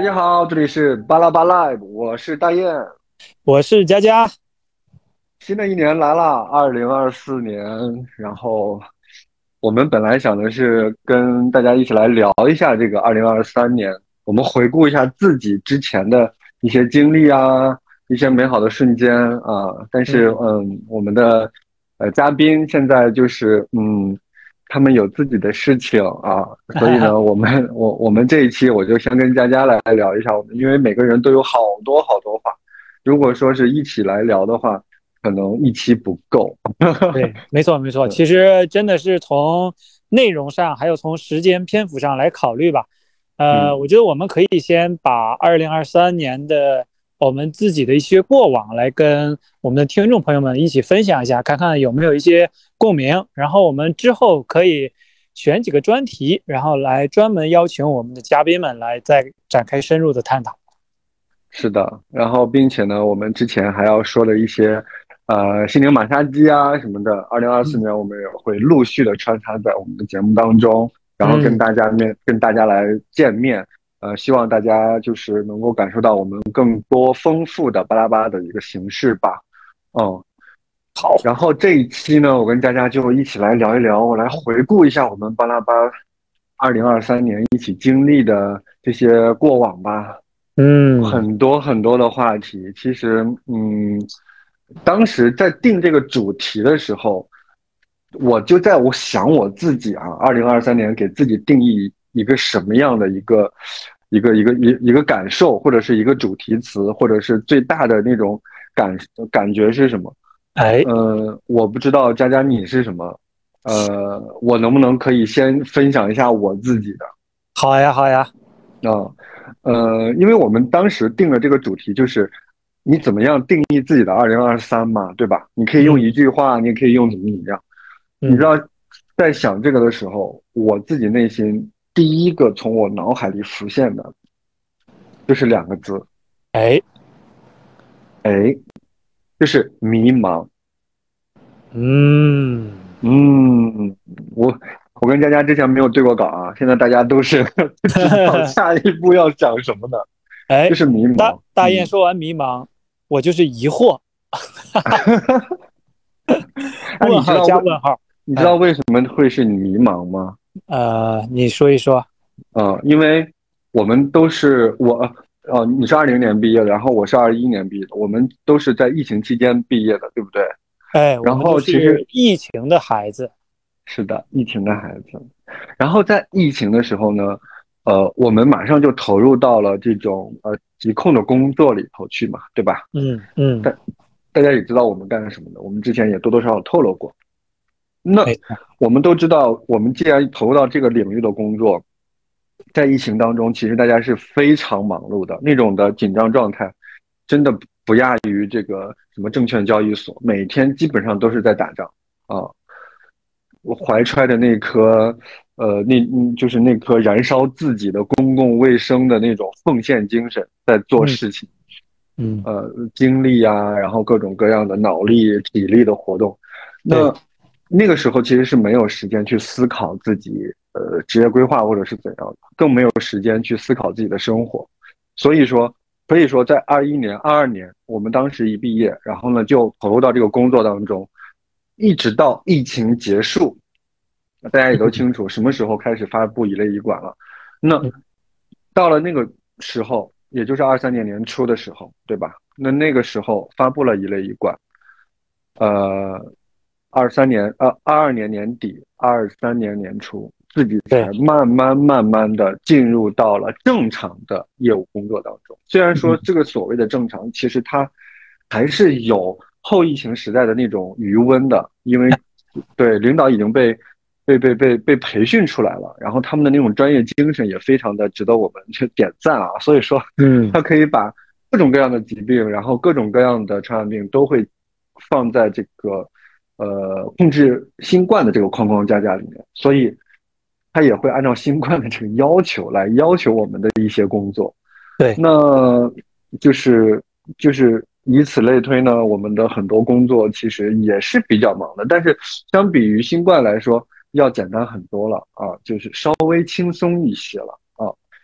大家好，这里是巴拉巴 Live，我是大雁。 我是佳佳。 新的一年来了，2024年。然后我们本来想的是跟大家一起来聊一下这个2023年，我们回顾一下自己之前的一些经历啊，一些美好的瞬间啊。但是嗯， 我们的嘉宾现在就是他们有自己的事情啊，所以呢，我们这一期我就先跟佳佳来聊一下我们，因为每个人都有好多好多话，如果说是一起来聊的话，可能一期不够。 对，没错没错。其实真的是从内容上，还有从时间篇幅上来考虑吧。 嗯我觉得我们可以先把2023年的我们自己的一些过往来跟我们的听众朋友们一起分享一下，看看有没有一些共鸣。然后我们之后可以选几个专题，然后来专门邀请我们的嘉宾们来再展开深入的探讨。 是的，然后并且呢，我们之前还要说的一些，心灵马杀鸡啊什么的，2024年我们也会陆续的穿插在我们的节目当中，然后嗯， 跟大家来见面，希望大家就是能够感受到我们更多丰富的巴拉巴的一个形式吧。嗯， 好。 然后这一期呢，我跟佳佳就一起来聊一聊，我来回顾一下我们巴拉巴2023年一起经历的这些过往吧。 嗯。 很多很多的话题，其实，当时在定这个主题的时候，我想我自己啊，2023年给自己定义一个什么样的一个感受，或者是一个主题词，或者是最大的那种感感觉是什么？ 哎， 我不知道佳佳你是什么，我能不能可以先分享一下我自己的？ 好呀好呀。 啊，因为我们当时定的这个主题就是你怎么样定义自己的2023嘛，对吧？你可以用一嗯句话，你也可以用怎么样。你知嗯。 道，在想这个的时候，我自己内心第一个从我脑海里浮现的就是两个字， 哎。 哎，就是迷茫。 嗯。 嗯，我我跟佳佳之前没有对过稿啊，现在大家都是不知道下一步要讲什么的， 哎， 就是迷大茫。 大雁说完迷茫，我就是疑惑。 那问号加问号。 你知道哎， 为什么会是迷茫吗？ 你说一说。 因为我们都是你是20年毕业的，然后我是21年毕业的，我们都是在疫情期间毕业的，对不对？ 哎，我然们都后其实是疫情的孩子。 是的，疫情的孩子，然后在疫情的时候呢，我们马上就投入到了这种疾控的工作里头去嘛，对吧？ 嗯嗯。 大大家也知道我们干什么的，我们之前也多多少少透露过。那没错。 我们都知道，我们既然投入到这个领域的工作，在疫情当中，其实大家是非常忙碌的，那种的紧张状态，真的不亚于这个什么证券交易所，每天基本上都是在打仗啊。我怀揣着那颗，就是那颗燃烧自己的公共卫生的那种奉献精神，在做嗯事情， 嗯。 精力啊，然后各种各样的脑力、体力的活动。 对。 那那个时候其实是没有时间去思考自己职业规划或者是怎样的，更没有时间去思考自己的生活。所以说，可以说在21年、22年，我们当时一毕业，然后呢就投入到这个工作当中，一直到疫情结束，大家也都清楚什么时候开始发布乙类乙管了。那嗯到了那个时候，也就是23年年初的时候，对吧？那个时候发布了乙类乙管，呃，22年年底，23年年初，自己才对。 慢慢的进入到了正常的业务工作当中。虽然说嗯这个所谓的正常，其实它还是有后疫情时代的那种余温的，因为对领导已经被培训出来了，然后他们的那种专业精神也非常的值得我们去点赞啊。所以说， 嗯。 他可以把各种各样的疾病，然后各种各样的传染病都会放在这个控制新冠的这个框架里面，所以他也会按照新冠的这个要求来要求我们的一些工作。 对。 那就是就是以此类推呢，我们的很多工作其实也是比较忙的，但是相比于新冠来说，要简单很多了啊，就是稍微轻松一些了啊。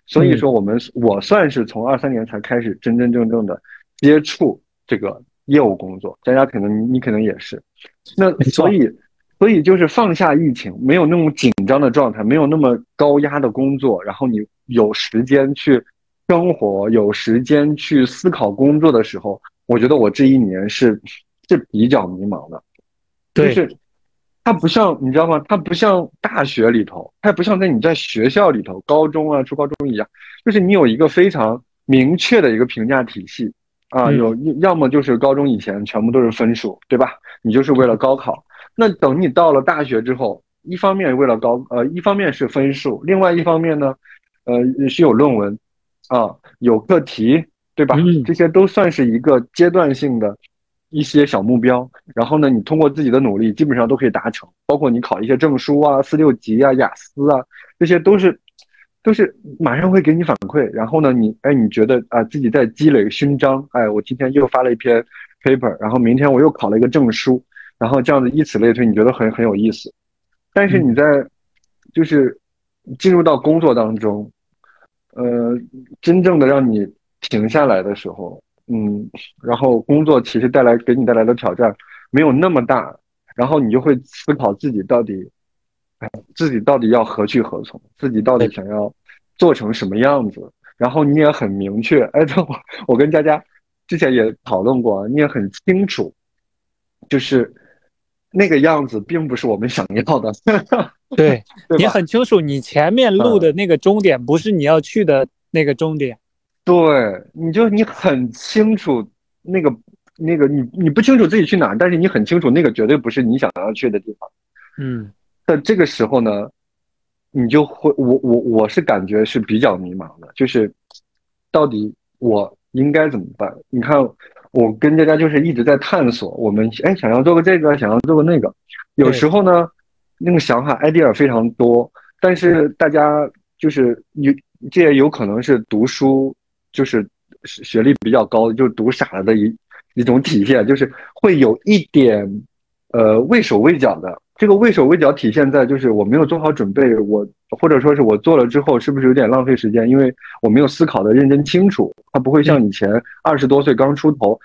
所以说我算是从23年才开始真真正正的接触这个业务工作，佳佳可能你可能也是。那没错。 所以就是放下疫情，没有那种紧张的状态，没有那么高压的工作，然后你有时间去生活，有时间去思考工作的时候，我觉得我这一年是比较迷茫的。就对。 是它不像你知道吗？它不像大学里头，它不像你在学校里头，高中啊、初高中一样，就是你有一个非常明确的一个评价体系啊，要么就是高中以前全部都是分数，对吧？你就是为了高考。那等你到了大学之后，一方面为了一方面是分数，另外一方面呢，是有论文啊，有课题，对吧？这些都算是一个阶段性的一些小目标。然后呢，你通过自己的努力，基本上都可以达成。包括你考一些证书啊、4、6级啊、雅思啊，这些都是马上会给你反馈。然后呢，你觉得啊自己在积累勋章，哎，我今天又发了一篇 paper，然后明天我又考了一个证书，然后这样子以此类推，你觉得很有意思。但是你在就是进入到工作当中，真正的让你停下来的时候，然后工作其实给你带来的挑战没有那么大，然后你就会思考自己到底要何去何从，自己到底想要做成什么样子，然后你也很明确，哎，我跟佳佳之前也讨论过，你也很清楚，就是那个样子并不是我们想要的， 对， 对吧？ 你很清楚，你前面路的那个终点不是你要去的那个终点。 对，你很清楚你不清楚自己去哪，但是你很清楚那个绝对不是你想要去的地方。 嗯， 在这个时候呢，你就会我是感觉是比较迷茫的，就是到底我应该怎么办？你看，我跟佳佳就是一直在探索，我们想要做个这个，想要做个那个，有对时候呢，那个想法 idea 非常多，但是大家就是这也有可能是读书就是学历比较高，就读傻了的一种体现，就是会有一点畏手畏脚的。这个畏手畏脚体现在就是我没有做好准备，或者说是我做了之后是不是有点浪费时间？因为我没有思考的认真清楚，它不会像以前20多岁刚出头，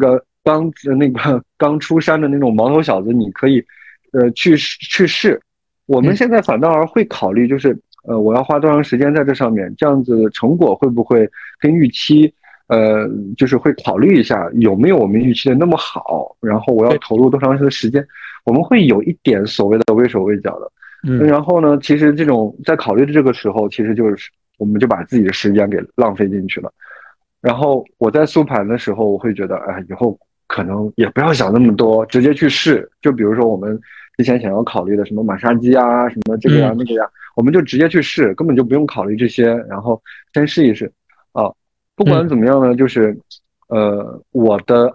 刚出山的那种毛头小子，你可以去试。我们现在反倒而会考虑，就是我要花多长时间在这上面，这样子成果会不会跟预期，就是会考虑一下有没有我们预期的那么好，然后我要投入多长时间，我们会有一点所谓的畏手畏脚的。然后呢，其实这种在考虑的这个时候，其实就是我们就把自己的时间给浪费进去了。然后我在复盘的时候，我会觉得，哎，以后可能也不要想那么多，直接去试。就比如说我们之前想要考虑的什么马杀鸡啊，什么这个呀那个呀，我们就直接去试，根本就不用考虑这些，然后先试一试啊。不管怎么样呢，就是我的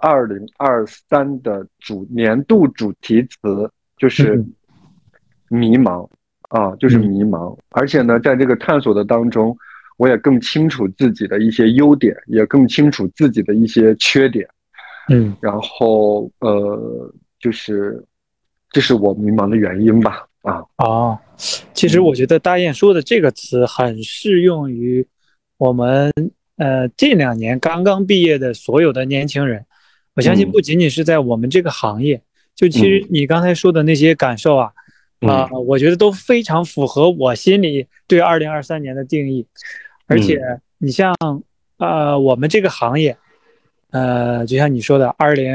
2023的年度主题词就是迷茫啊，就是迷茫。而且呢，在这个探索的当中，我也更清楚自己的一些优点，也更清楚自己的一些缺点。然后就是这是我迷茫的原因吧。 其实我觉得大雁说的这个词很适用于我们近2年刚刚毕业的所有的年轻人。我相信不仅仅是在我们这个行业，就其实你刚才说的那些感受啊，我觉得都非常符合我心里对2023年的定义。而且你像我们这个行业，就像你说的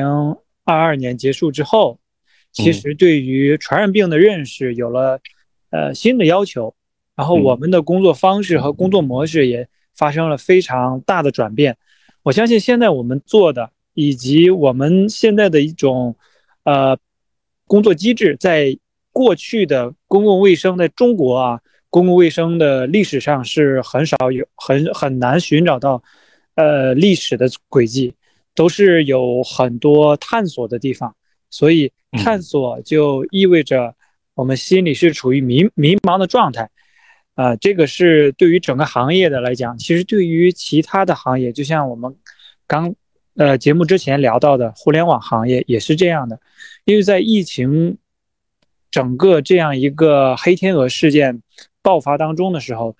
2022年结束之后，其实对于传染病的认识有了新的要求，然后我们的工作方式和工作模式也发生了非常大的转变。我相信现在我们做的以及我们现在的一种工作机制，在过去的公共卫生在中国啊，公共卫生的历史上是很少有很难寻找到历史的轨迹，都是有很多探索的地方。所以探索就意味着我们心里是处于迷茫的状态。这个是对于整个行业的来讲，其实对于其他的行业，就像我们刚节目之前聊到的互联网行业也是这样的。因为在疫情整个这样一个黑天鹅事件爆发当中的时候，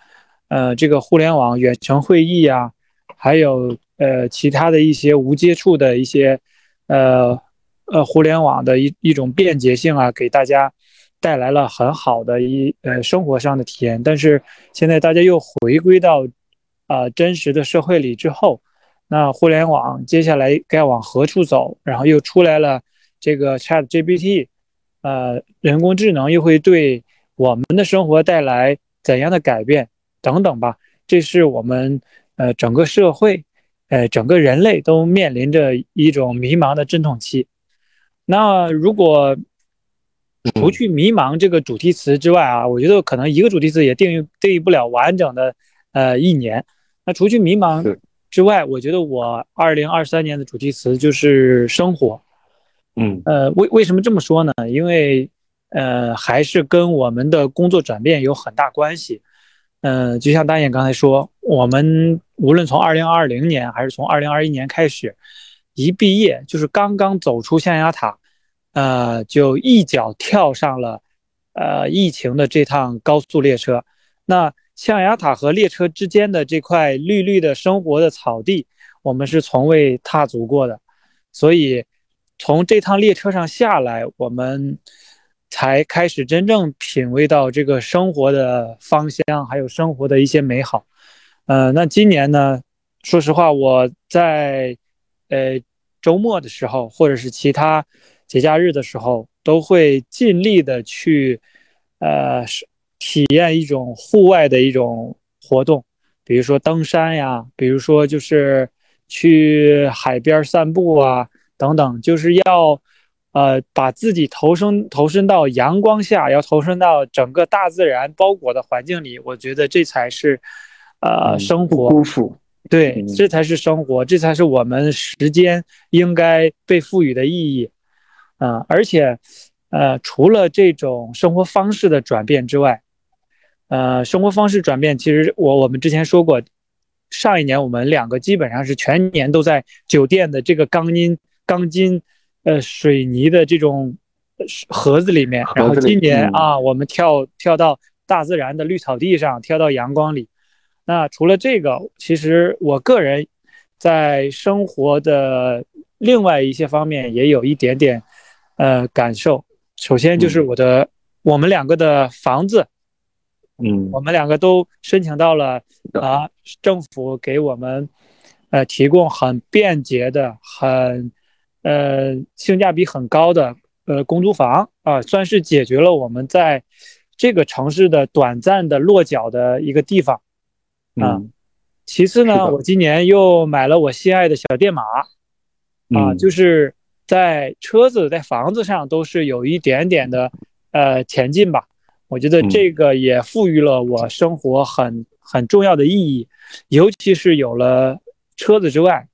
这个互联网远程会议啊，还有其他的一些无接触的一些互联网的一种便捷性啊，给大家带来了很好的生活上的体验。但是现在大家又回归到真实的社会里之后，那互联网接下来该往何处走？然后又出来了这个 ChatGPT，人工智能又会对我们的生活带来怎样的改变等等吧。这是我们整个社会，整个人类都面临着一种迷茫的阵痛期。那如果除去迷茫这个主题词之外啊，我觉得可能一个主题词也定义不了完整的一年。那除去迷茫之外，我觉得我2023年的主题词就是生活。为什么这么说呢？因为还是跟我们的工作转变有很大关系。就像大雁刚才说，我们无论从2020年还是从2021年开始，一毕业就是刚刚走出象牙塔，就一脚跳上了疫情的这趟高速列车。那象牙塔和列车之间的这块绿绿的生活的草地，我们是从未踏足过的，所以从这趟列车上下来，我们才开始真正品味到这个生活的芳香，还有生活的一些美好。那今年呢，说实话，我在周末的时候，或者是其他节假日的时候，都会尽力的去体验一种户外的一种活动，比如说登山呀，比如说就是去海边散步啊，等等，就是要把自己投身到阳光下，要投身到整个大自然包裹的环境里。我觉得这才是生活。 不辜负。 对，这才是生活，这才是我们时间应该被赋予的意义。而且除了这种生活方式的转变之外，生活方式转变，其实我们之前说过，上一年我们两个基本上是全年都在酒店的这个钢筋水泥的这种盒子里面，然后今年我们跳到大自然的绿草地上，跳到阳光里。那除了这个，其实我个人在生活的另外一些方面也有一点点感受。首先就是我们两个的房子，我们两个都申请到了政府给我们提供很便捷的、很性价比很高的公租房算是解决了我们在这个城市的短暂的落脚的一个地方。其次呢，我今年又买了我心爱的小电马就是在车子在房子上都是有一点点的前进吧。我觉得这个也赋予了我生活很重要的意义，尤其是有了车子之外，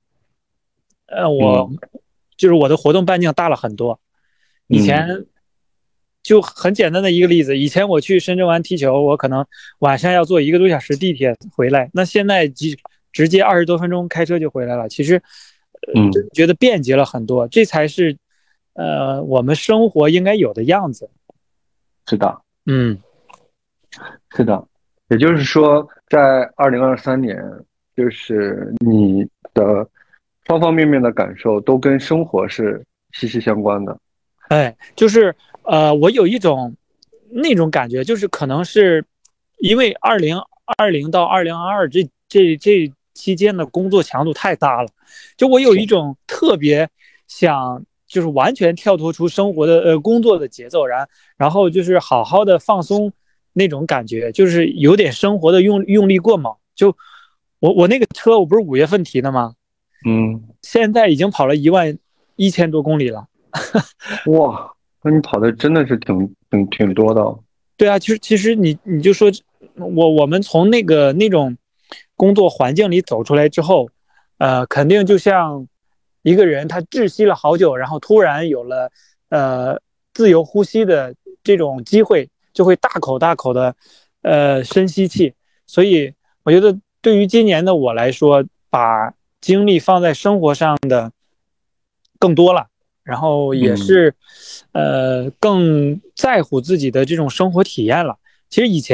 我的活动半径大了很多。以前就很简单的一个例子，以前我去深圳湾踢球，我可能晚上要坐1个多小时地铁回来，那现在直接20多分钟开车就回来了。其实觉得便捷了很多，这才是我们生活应该有的样子。 是的，是的，也就是说，在2023年，就是你的方方面面的感受都跟生活是息息相关的。 就是我有一种那种感觉，就是可能是因为2020到2022这期间的工作强度太大了，就我有一种特别想就是完全跳脱出生活的工作的节奏，然后就是好好的放松那种感觉，就是有点生活的用力过猛。就我那个车我不是5月份提的吗？现在已经跑了11000多公里了。 哇，那你跑的真的是挺多的。 对啊，其实你就说我们从那种工作环境里走出来之后，肯定就像一个人他窒息了好久，然后突然有了自由呼吸的这种机会，就会大口大口的深吸气。所以我觉得对于今年的我来说，把精力放在生活上的更多了，然后也是更在乎自己的这种生活体验了。其实以前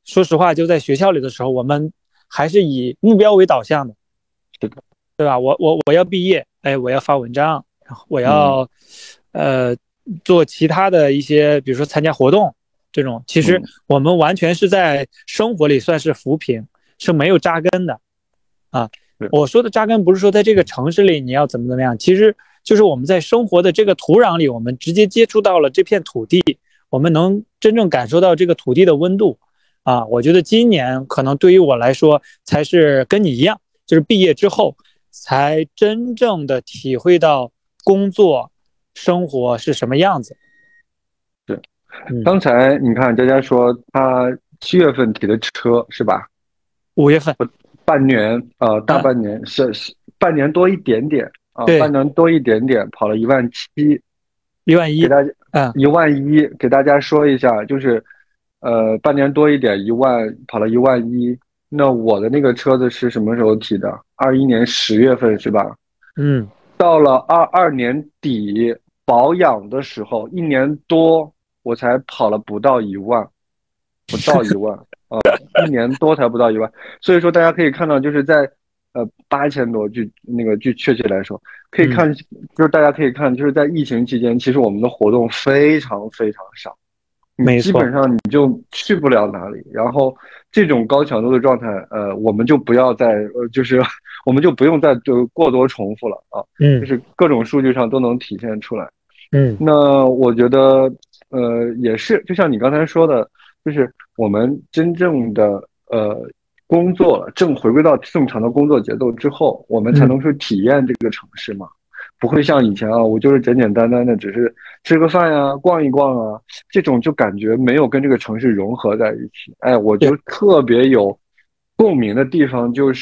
说实话，就在学校里的时候，我们还是以目标为导向的， 是的， 对吧？我要毕业，哎，我要发文章，然后我嗯要呃做其他的一些，比如说参加活动这种。其实嗯， 我们完全是在生活里算是浮萍，是没有扎根的啊。 是我说的扎根不是说在这个城市里你要怎么样，其实就是我们在生活的这个土壤里，我们直接接触到了这片土地，我们能真正感受到这个土地的温度啊。我觉得今年可能对于我来说，才是跟你一样，就是毕业之后才真正的体会到工作生活是什么样子。 是。 嗯， 刚才你看佳佳说他7月份提的车是吧？ 5月份， 半年大嗯， 半年是半年多一点点啊，半对， 年多一点点跑了1.7万，给 1万1， 大家嗯， 1.1万，给大家说一下，就是半年多一点1万跑了1.1万。那我的那个车子是什么时候提的？21年10月份是吧？ 嗯， 到了22年底保养的时候，1年多我才跑了不到一万，不到一万。1年多才不到一万。所以说大家可以看到，就是在8000多，据确切来说，可以嗯， 看，就是大家可以看，就是在疫情期间，其实我们的活动非常非常少，你没错， 基本上你就去不了哪里。然后这种高强度的状态，我们就不要再就是我们就不用再就过多重复了啊，就嗯， 是各种数据上都能体现出来。 嗯， 那我觉得，也是，就像你刚才说的，就是我们真正的工作了，回归到正常的工作节奏之后，我们才嗯， 能去体验这个城市嘛，不会像以前啊，我就是简简单单的只是吃个饭呀、逛一逛啊，这种就感觉没有跟这个城市融合在一起。哎，我对， 就特别有共鸣的地方就是，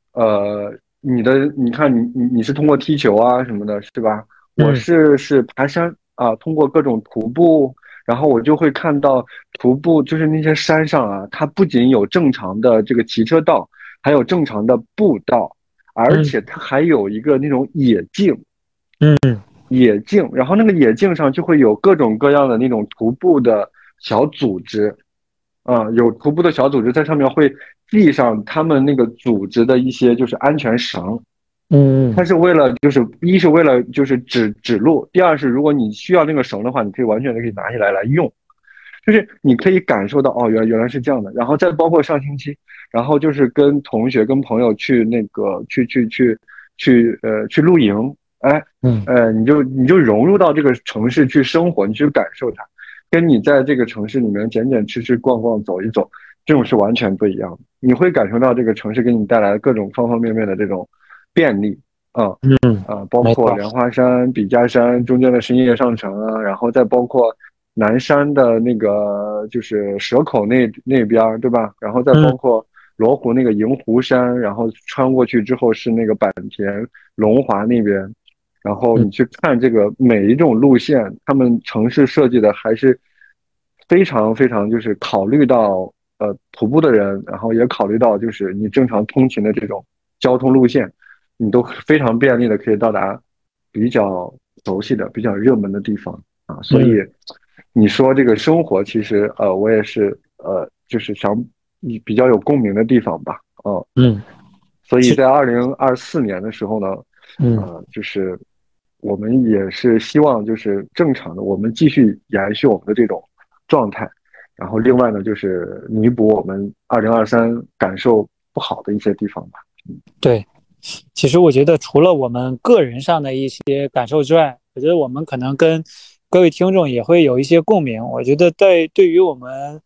你看你是通过踢球啊什么的，是吧？我嗯， 是爬山啊，通过各种徒步，然后我就会看到徒步，就是那些山上啊，它不仅有正常的这个骑车道，还有正常的步道，而嗯， 且它还有一个那种野径， 嗯， 然后那个野径上就会有各种各样的那种徒步的小组织，有徒步的小组织在上面会系上他们那个组织的一些就是安全绳， 嗯， 它是为了就是一是为了就是指路，第二是如果你需要那个绳的话，你可以完全的可以拿起来用，就是你可以感受到哦，原来是这样的。然后再包括上星期，然后就是跟同学跟朋友去那个去露营，哎， 嗯， 你就融入到这个城市去生活，你去感受它，跟你在这个城市里面捡捡吃吃逛逛走一走，这种是完全不一样的。你会感受到这个城市给你带来的各种方方面面的这种便利。啊嗯， 包没错， 括莲花山、笔架山中间的深夜上城啊，然后再包括南山的那个就是蛇口那边对吧？然后再嗯， 包括罗湖那个银湖山，然后穿过去之后是那个坂田、龙华那边，然后嗯， 你去看这个每一种路线，他们城市设计的还是非常非常就是考虑到徒步的人，然后也考虑到就是你正常通勤的这种交通路线。你都非常便利的可以到达比较熟悉的、比较热门的地方啊。所以嗯， 你说这个生活，其实我也是就是想你比较有共鸣的地方吧。 嗯，其实， 所以在2024年的时候呢， 嗯， 就是我们也是希望就是正常的，我们继续延续我们的这种状态。然后另外呢，就是弥补我们2023感受不好的一些地方吧。 对。其实我觉得，除了我们个人上的一些感受之外，我觉得我们可能跟各位听众也会有一些共鸣。我觉得对于我们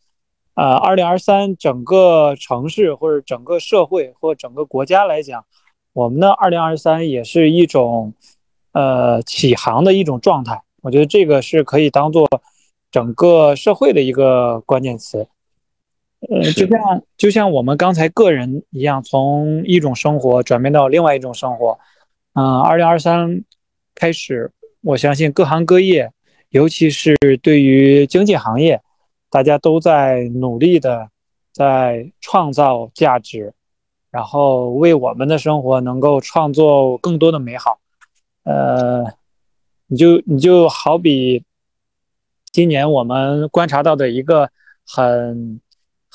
2023整个城市或者整个社会或整个国家来讲，我们的2023也是一种起航的一种状态。我觉得这个是可以当做整个社会的一个关键词。就是， 像就像我们刚才个人一样，从一种生活转变到另外一种生活。2023开始，我相信各行各业，尤其是对于经济行业，大家都在努力的在创造价值，然后为我们的生活能够创造更多的美好。呃，你就好比今年我们观察到的一个很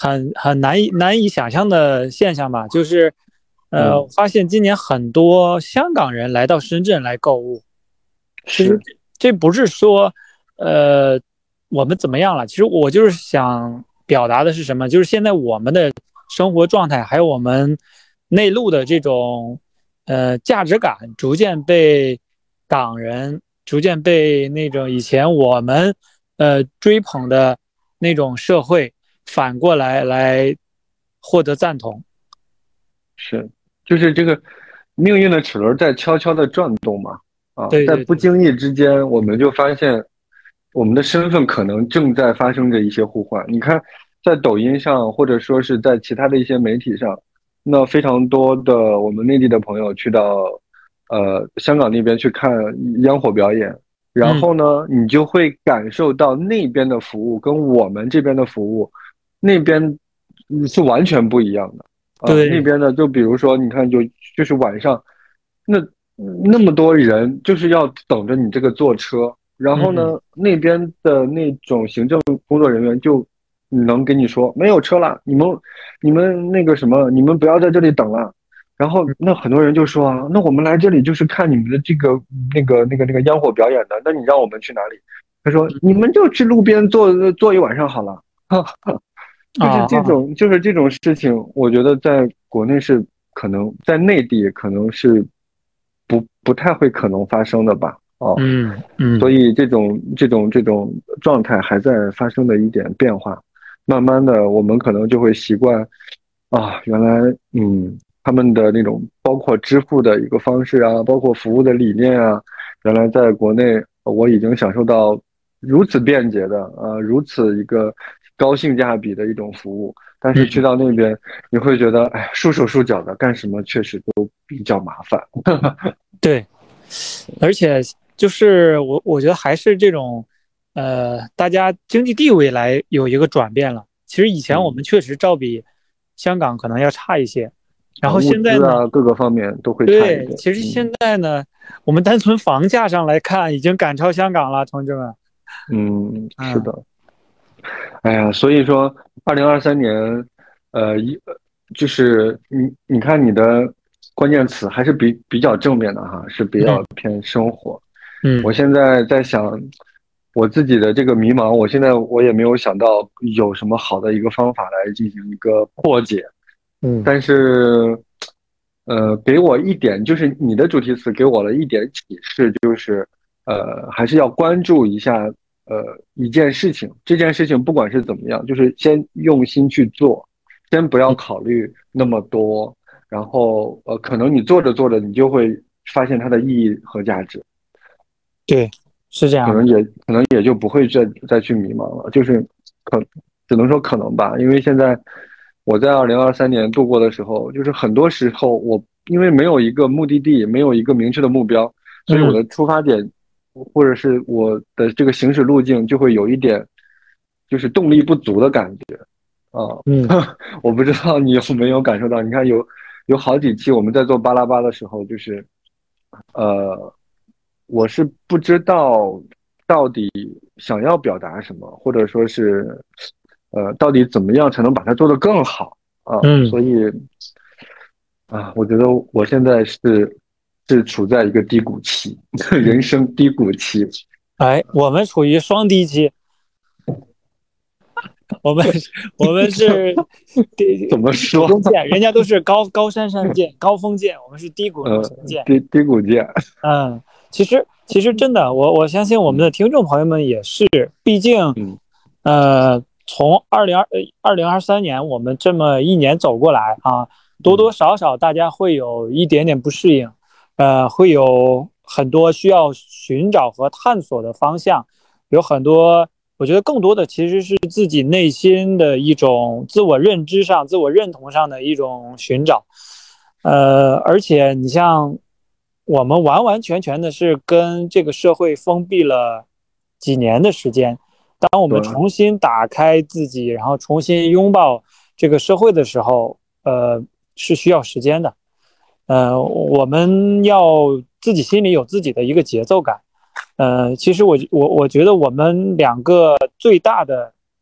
很难以想象的现象吧，就是发现今年很多香港人来到深圳来购物。其实这不是说我们怎么样了，其实我就是想表达的是什么，就是现在我们的生活状态还有我们内陆的这种价值感逐渐被港人逐渐被那种以前我们追捧的那种社会反过来获得赞同。 是，就是这个命运的齿轮在悄悄的转动嘛。在不对对对， 经意之间，我们就发现我们的身份可能正在发生着一些互换。你看，在抖音上，或者说是在其他的一些媒体上，那非常多的我们内地的朋友去到香港那边去看烟火表演，然嗯， 后呢，你就会感受到那边的服务跟我们这边的服务，那边是完全不一样的。那对， 边的就比如说，你看就是晚上，那那么多人就是要等着你这个坐车，然后呢， 嗯那边的那种行政工作人员就能跟你说没有车了，你们那个什么，你们不要在这里等了。然后那很多人就说啊，那我们来这里就是看你们的这个那个烟火表演的，那你让我们去哪里？他说你们就去路边坐一晚上好了。 啊， 就是这种事情，我觉得在国内是可能，在内地可能是不太会可能发生的吧。所嗯以这种状态还在发生的一点变化，慢慢的我们可能就会习惯原来他们的那种包括支付的一个方式啊，包括服务的理念啊，原来在国内我已经享受到如此便捷的如此一个高性价比的一种服务，但是去嗯， 到那边你会觉得哎束手束脚的，干什么确实都比较麻烦。 对。而且就是我觉得还是这种，大家经济地位来有一个转变了。其实以前我们嗯。 确实照比香港可能要差一些，然后物现在呢， 资啊，各个方面都会差一对， 点。 其实现在呢，我们单从房价上来看，已经赶超香港了，同志们。 是嗯的。哎呀，所以说2023年，就是你看你的关键词还是比较正面的哈，是比较嗯偏生活。我嗯现在在想我自己的这个迷茫，现在我也没有想到有什么好的一个方法来进行一个破解。 嗯但是，给我一点，就是你的主题词给我了一点启示，就是还是要关注一下一件事情，这件事情不管是怎么样，就是先用心去做，先不要嗯， 考虑那么多，然后可能你做着做着，你就会发现它的意义和价值。 对，是这样的。 可能也可能也就不会再去迷茫了，就是可只能说可能吧，因为现在我在2023年度过的时候，就是很多时候我因为没有一个目的地，没有一个明确的目标，所以我嗯的出发点或者是我的这个行驶路径就会有一点就是动力不足的感觉啊。 嗯我不知道你有没有感受到，你看有好几期我们在做巴拉巴的时候，就是呃，我是不知道到底想要表达什么，或者说是，到底怎么样才能把它做得更好嗯， 所以我觉得我现在是处在一个低谷期，人生低谷期。 哎，我们处于双低期，我们我们是怎么低谷说？ 中见，人家都是高山见、高峰见，我们是低谷中相见。 低谷见。 嗯，其实真的，我相信我们的嗯听众朋友们也是，毕竟， 嗯从2023年我们这么一年走过来啊，多多嗯少少大家会有一点点不适应，会有很多需要寻找和探索的方向，有很多，我觉得更多的其实是自己内心的一种自我认知上、自我认同上的一种寻找。而且你像我们完完全全的是跟这个社会封闭了几年的时间，当我们对。 重新打开自己，然后重新拥抱这个社会的时候，是需要时间的。我们要自己心里有自己的一个节奏感。其实我觉得我们两个最大的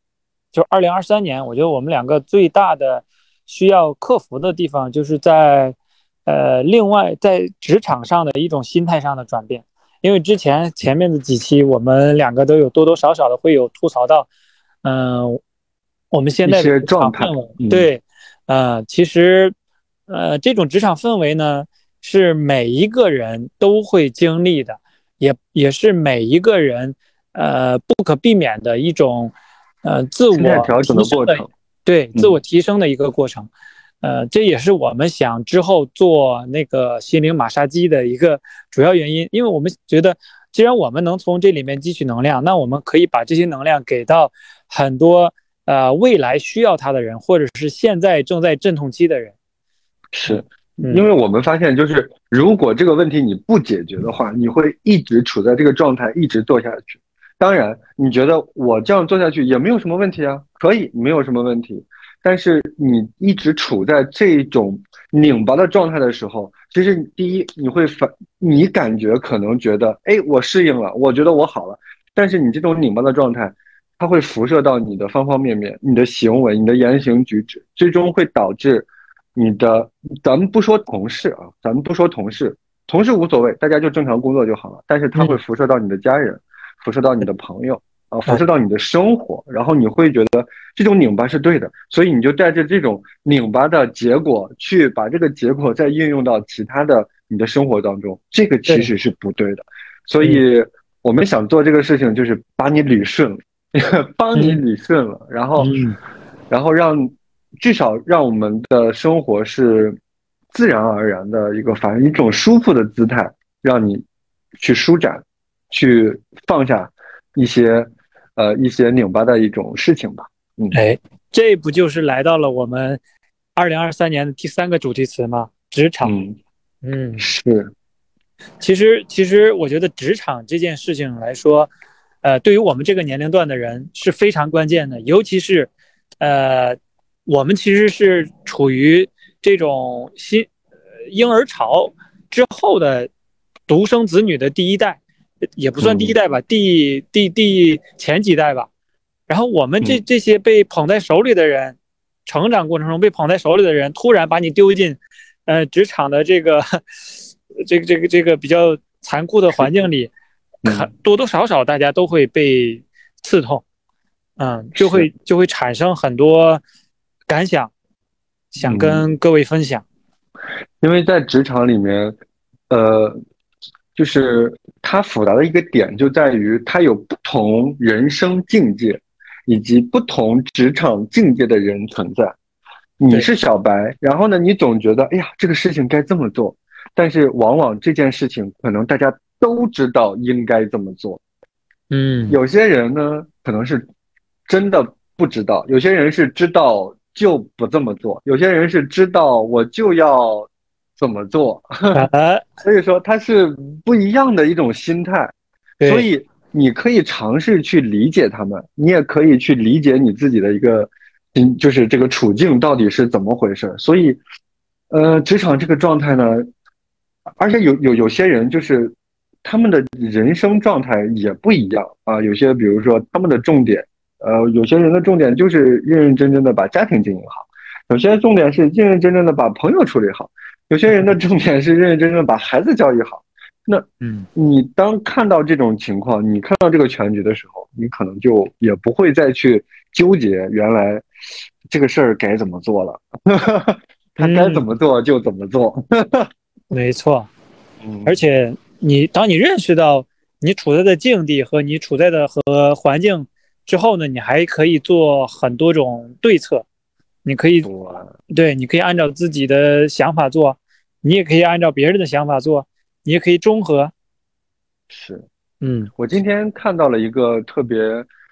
就2023年，我觉得我们两个最大的需要克服的地方，就是在另外在职场上的一种心态上的转变。因为之前前面的几期，我们两个都有多多少少的会有吐槽到，我们现一在的职些状态， 场氛围，对，其实，这种职场氛围呢，是每一个人都会经历的，也是每一个人，不可避免的一种，自心态我调整提升的， 的过程。 对，自我嗯， 提升的一个过程。这也是我们想之后做那个心灵马杀鸡的一个主要原因，因为我们觉得，既然我们能从这里面汲取能量，那我们可以把这些能量给到很多未来需要它的人，或者是现在正在阵痛期的人。 是因嗯为我们发现，就是如果这个问题你不解决的话，你会一直处在这个状态，一直做下去。当然，你觉得我这样做下去也没有什么问题啊，可以，没有什么问题。但是你一直处在这种拧巴的状态的时候，其实第一，你感觉可能觉得，哎，我适应了，我觉得我好了。但是你这种拧巴的状态，它会辐射到你的方方面面，你的行为、你的言行举止，最终会导致你的，咱们不说同事啊，咱们不说同事，同事无所谓，大家就正常工作就好了。但是它会嗯， 辐射到你的家人，辐射到你的朋友啊，辐哎， 射到你的生活，然后你会觉得这种拧巴是对的，所以你就带着这种拧巴的结果去把这个结果再运用到其他的你的生活当中，这个其对， 实是不对的。所嗯以我们想做这个事情，就是把你捋顺了，帮你嗯捋顺了，然后， 嗯， 然后至少让我们的生活是自然而然的反正一种舒服的姿态，让你去舒展，去放下一些拧巴的一种事情吧。嗯哎，这不就是来到了我们2023年的第3个主题词吗？职场。 嗯， 嗯。 是， 其实，我觉得职场这件事情来说，对于我们这个年龄段的人是非常关键的，尤其是，呃，我们其实是处于这种婴儿潮之后的独生子女的第一代，也不算第一嗯代吧，第前几代吧。然后我们这嗯， 这些被捧在手里的人，成长过程中被捧在手里的人，突然把你丢进，职场的这个这个比较残酷的环境里， 嗯多多少少大家都会被刺痛，就是。 会产生很多感想，想嗯， 跟各位分享。 因为在职场里面，呃，就是它复杂的一个点就在于它有不同人生境界以及不同职场境界的人存在。你对， 是小白，然后呢，你总觉得，哎呀，这个事情该这么做，但是往往这件事情可能大家都知道应该这么做。 嗯有些人呢，可能是真的不知道；有些人是知道就不这么做；有些人是知道我就要怎么做。 啊， 所以说，它是不一样的一种心态。所对， 以你可以尝试去理解他们，你也可以去理解你自己的就是这个处境到底是怎么回事。所以，职场这个状态呢，而且有些人就是他们的人生状态也不一样啊。有些比如说他们的重点，有些人的重点就是认认真真的把家庭经营好，有些重点是认认真真的把朋友处理好，有些人的重点是认认真真的把孩子教育好。那嗯你当看到这种情况，你看到这个全局的时候，你可能就也不会再去纠结原来这个事儿该怎么做了，他该怎嗯， 么做就怎么做。 没错。而嗯， 且当你认识到你处在的境地和你处在的环境之后呢，你还可以做很多种对策。你可以对， 对，你可以按照自己的想法做，你也可以按照别人的想法做，你也可以综合。 是。 嗯我今天看到了一个特别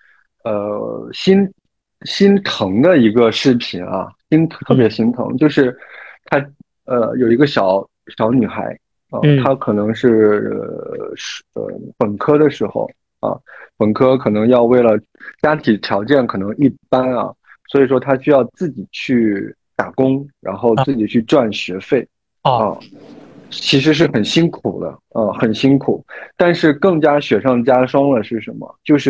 心疼的一个视频啊，特别心疼，就是她有一个小女孩啊， 嗯她可能是本科的时候啊，本科可能要为了家庭条件可能一般啊，所以说她需要自己去打工，然后啊自己去赚学费啊啊。其实是很辛苦的，很辛苦。但是更加雪上加霜了是什么？就是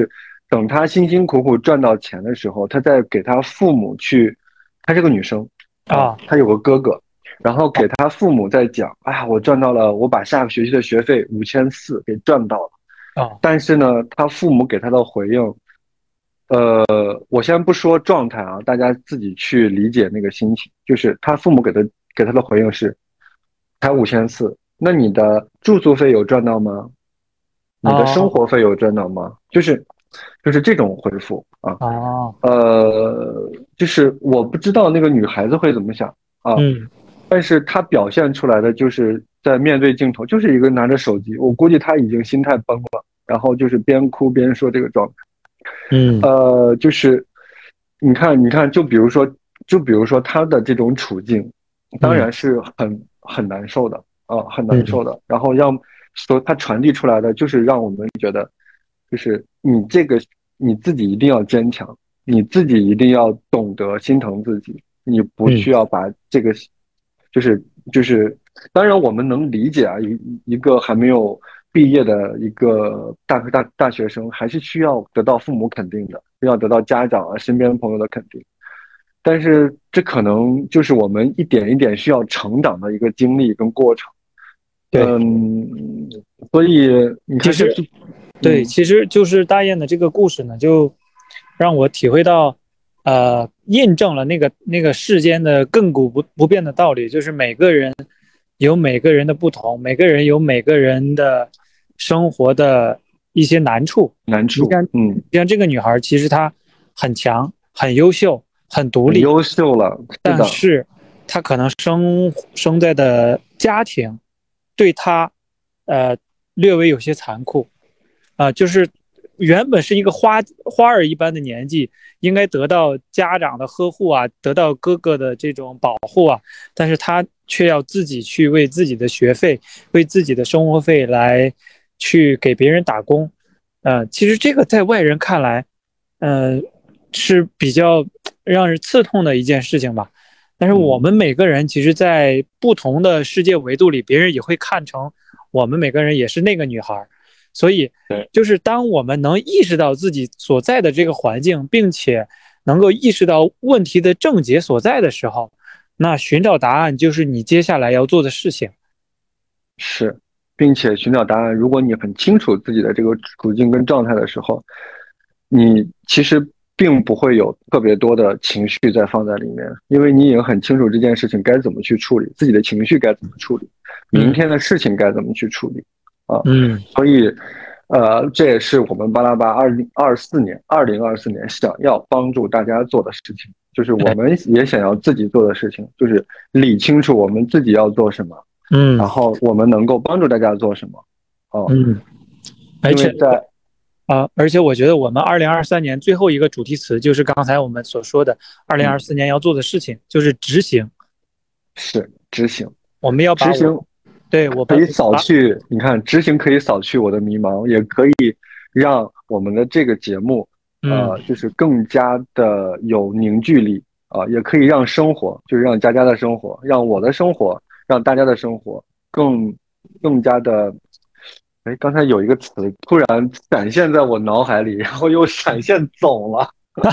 等他辛辛苦苦赚到钱的时候，他再给他父母去，她是个女生啊， 啊她有个哥哥，然后给他父母在讲，哎呀，我赚到了，我把下个学期的学费5400给赚到了。 啊但是呢，他父母给他的回应，我先不说状态啊，大家自己去理解那个心情。就是他父母给他的回应是，才5400，那你的住宿费有赚到吗？你的生啊活费有赚到吗？就是这种回复啊。 啊， 就是我不知道那个女孩子会怎么想啊， 嗯但是她表现出来的就是在面对镜头，就是一个拿着手机，我估计她已经心态崩了，然后就是边哭边说这个状态。 嗯就是你看，就比如说他的这种处境，当嗯然是很难受的啊，很难嗯受的。然后说他传递出来的，就是让我们觉得，就是你自己一定要坚强，你自己一定要懂得心疼自己，你不嗯， 需要把这个，就是就是，当然我们能理解啊，一个还没有毕业的一个大学生，还是需要得到父母肯定的，要得到家长啊身边朋友的肯定。但是这可能就是我们一点一点需要成长的一个经历跟过程。 对， 所以你看这， 其实对，其实就是大雁的这个故事呢，就让我体会到，印证了那个世间的亘古不变的道理，就是每个人有每个人的不同，每个人有每个人的生活的一些难处。 难处， 你像这个女孩，其实她很强、很优秀、很独立， 很优秀了，是的， 但是她可能生在的家庭对她，略微有些残酷。就是原本是一个花儿一般的年纪，应该得到家长的呵护啊，得到哥哥的这种保护啊，但是他却要自己去为自己的学费、为自己的生活费来去给别人打工。其实这个在外人看来，呃，是比较让人刺痛的一件事情吧。但是我们每个人其实，在不同的世界维度里，别人也会看成我们每个人也是那个女孩。所以， 对， 就是当我们能意识到自己所在的这个环境，并且能够意识到问题的症结所在的时候，那寻找答案就是你接下来要做的事情。 是，并且寻找答案。如果你很清楚自己的这个处境跟状态的时候，你其实并不会有特别多的情绪再放在里面，因为你已经很清楚这件事情该怎么去处理，自己的情绪该怎么处理，明嗯天的事情该怎么去处理啊。 嗯， 所以，这也是我们巴拉巴2024年想要帮助大家做的事情，就是我们也想要自己做的事情，就是理清楚我们自己要做什么。 嗯然后我们能够帮助大家做什么？哦， 嗯，而且因为在而且我觉得我们2023年最后一个主题词就是刚才我们所说的2024年要做的事情，就是执行。 是执行， 我们要把执行对我们可以扫去，你看，执行可以扫去我的迷茫，也可以让我们的这个节目，就是更加的有凝聚力啊，也可以让生活，就是让佳佳的生活，让我的生活，让大家的生活更加的。哎，刚才有一个词突然闪现在我脑海里，然后又闪现走了。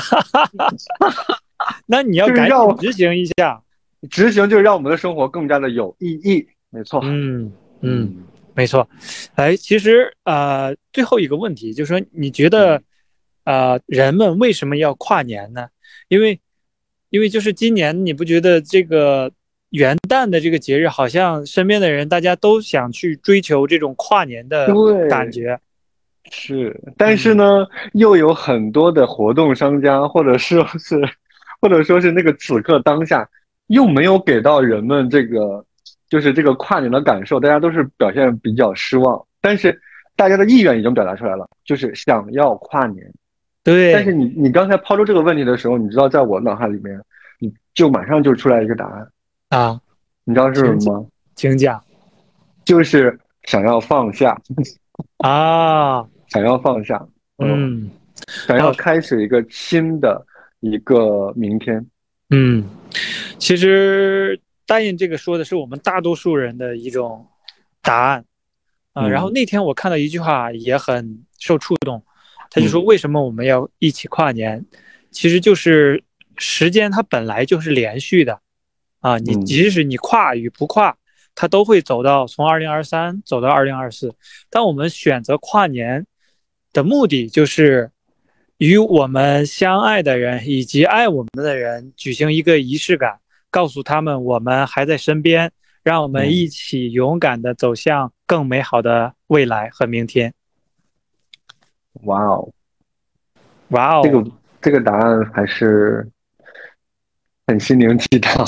那你要赶就是让我紧执行一下。 执行，就是让我们的生活更加的有意义。没错， 嗯嗯， 嗯没错。哎，其实最后一个问题就是说，你觉得嗯人们为什么要跨年呢？因为就是今年你不觉得这个元旦的这个节日，好像身边的人大家都想去追求这种跨年的感对， 觉。 是，但是嗯呢，又有很多的活动商家，或者说是那个此刻当下，又没有给到人们这个，就是这个跨年的感受，大家都是表现比较失望。但是大家的意愿已经表达出来了，就是想要跨年。但是对你刚才抛出这个问题的时候，你知道在我脑海里面，你就马上就出来一个答案， 啊， 你知道是什请么吗？ 请讲就是想要放下， 啊。 想要放下，嗯， 嗯想要开始一个新的一个明天。 嗯，其实答应这个说的是我们大多数人的一种答案。然后嗯那天我看到一句话也很受触动， 他就说为什么我们要一起跨年，其实就是时间它本来就是连续的啊，你即使你跨与不跨，它都会走到从2023走到2024。当我们选择跨年的目的就是与我们相爱的人以及爱我们的人举行一个仪式感，告诉他们我们还在身边，让我们一起勇敢地走向更美好的未来和明天。 哇哦， 哇哦， 这个答案还是很心灵鸡汤。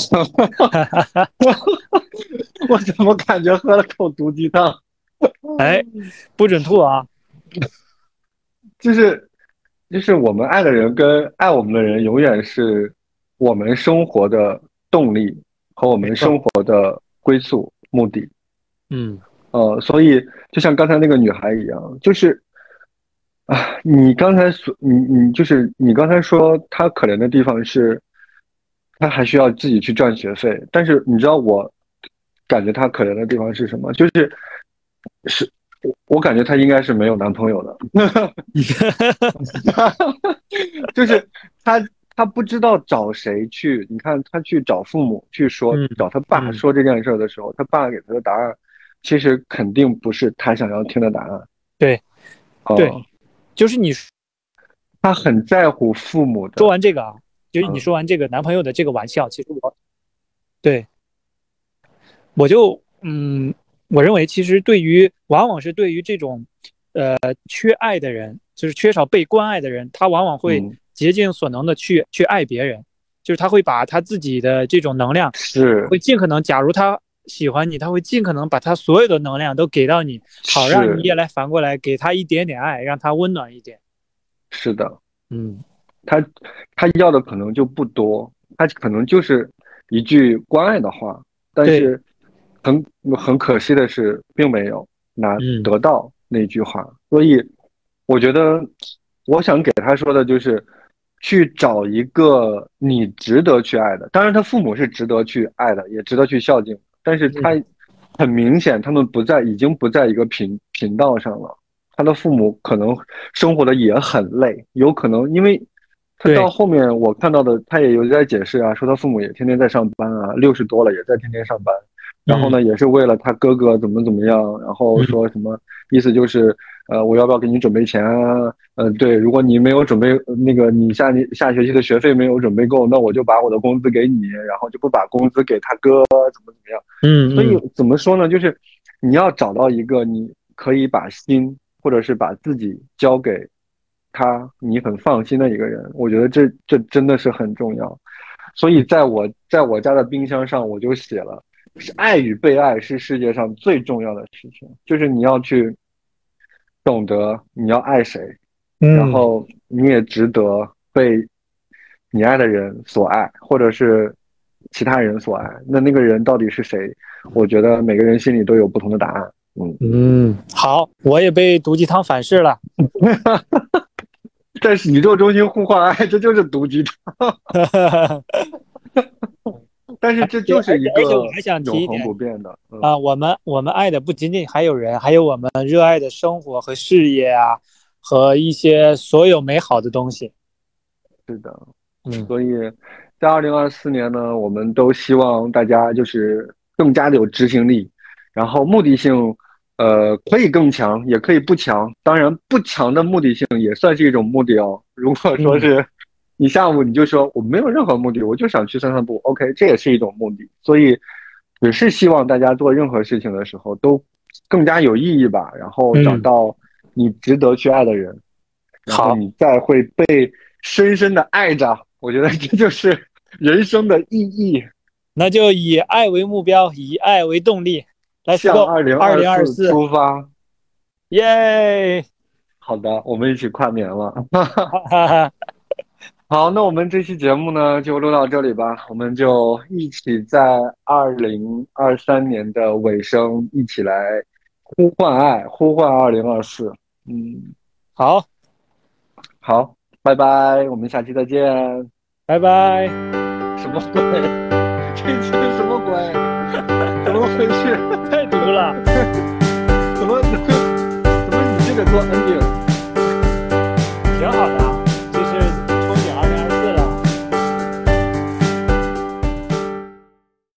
我怎么感觉喝了口毒鸡汤？ 哎，不准吐啊！ 就是我们爱的人跟爱我们的人，永远是我们生活的动力和我们生活的归宿目的。所以就像刚才那个女孩一样，就是你刚才你刚才说她可怜的地方是，她还需要自己去赚学费，但是你知道我感觉她可怜的地方是什么？是我感觉她应该是没有男朋友的。就是他他不知道找谁去，你看他去找父母去说，找他爸说这件事的时候，他爸给他的答案，其实肯定不是他想要听的答案。 对，对，就是他很在乎父母的。 说完这个啊，就是你说完这个男朋友的这个玩笑，其实我认为其实往往是对于这种缺爱的人，就是缺少被关爱的人，他往往会竭尽所能的去爱别人，就是他会把他自己的这种能量会尽可能，假如他喜欢你，他会尽可能把他所有的能量都给到你，好让你也来反过来给他一点点爱，让他温暖一点。 是的，他要的可能就不多，他可能就是一句关爱的话，但是很可惜的是，并没有得到那句话。所以我觉得我想给他说的就是去找一个你值得去爱的，当然他父母是值得去爱的，也值得去孝敬，但是他很明显他们已经不在一个频道上了。他的父母可能生活的也很累，有可能因为他到后面我看到的，他也有在解释啊，说他父母也天天在上班啊，60多了也在天天上班，然后呢也是为了他哥哥怎么样，然后说什么意思就是我要不要给你准备钱啊？对，如果你没有准备那个你下学期的学费没有准备够，那我就把我的工资给你，然后就不把工资给他哥，怎么样？所以怎么说呢？就是你要找到一个你可以把心或者是把自己交给他，你很放心的一个人，我觉得这真的是很重要。所以在我家的冰箱上，我就写了，是爱与被爱是世界上最重要的事情，就是你要去懂得你要爱谁，然后你也值得被你爱的人所爱，或者是其他人所爱。那个人到底是谁？我觉得每个人心里都有不同的答案。 好，我也被毒鸡汤反噬了。 在宇宙中心呼唤爱，这就是毒鸡汤。但是这就是一个永恒不变的我们爱的不仅仅还有人，还有我们热爱的生活和事业啊，和一些所有美好的东西。 是的，所以在2024年呢，我们都希望大家就是更加的有执行力，然后目的性，可以更强，也可以不强。当然，不强的目的性也算是一种目的哦。如果说是你下午你就说我没有任何目的，我就想去散散步 ，OK， 这也是一种目的。所以，只是希望大家做任何事情的时候都更加有意义吧，然后找到你值得去爱的人，然后你再会被深深的爱着。我觉得这就是人生的意义。 那就以爱为目标，以爱为动力，来向2024出发。 耶！ 好的，我们一起跨年了。好，那我们这期节目呢就录到这里吧。我们就一起在2023年的尾声，一起来呼唤爱，呼唤2024。好，拜拜，我们下期再见。 拜拜。 什么鬼？这期什么鬼？怎么回事？ 太毒了。 怎么你这个做 ending？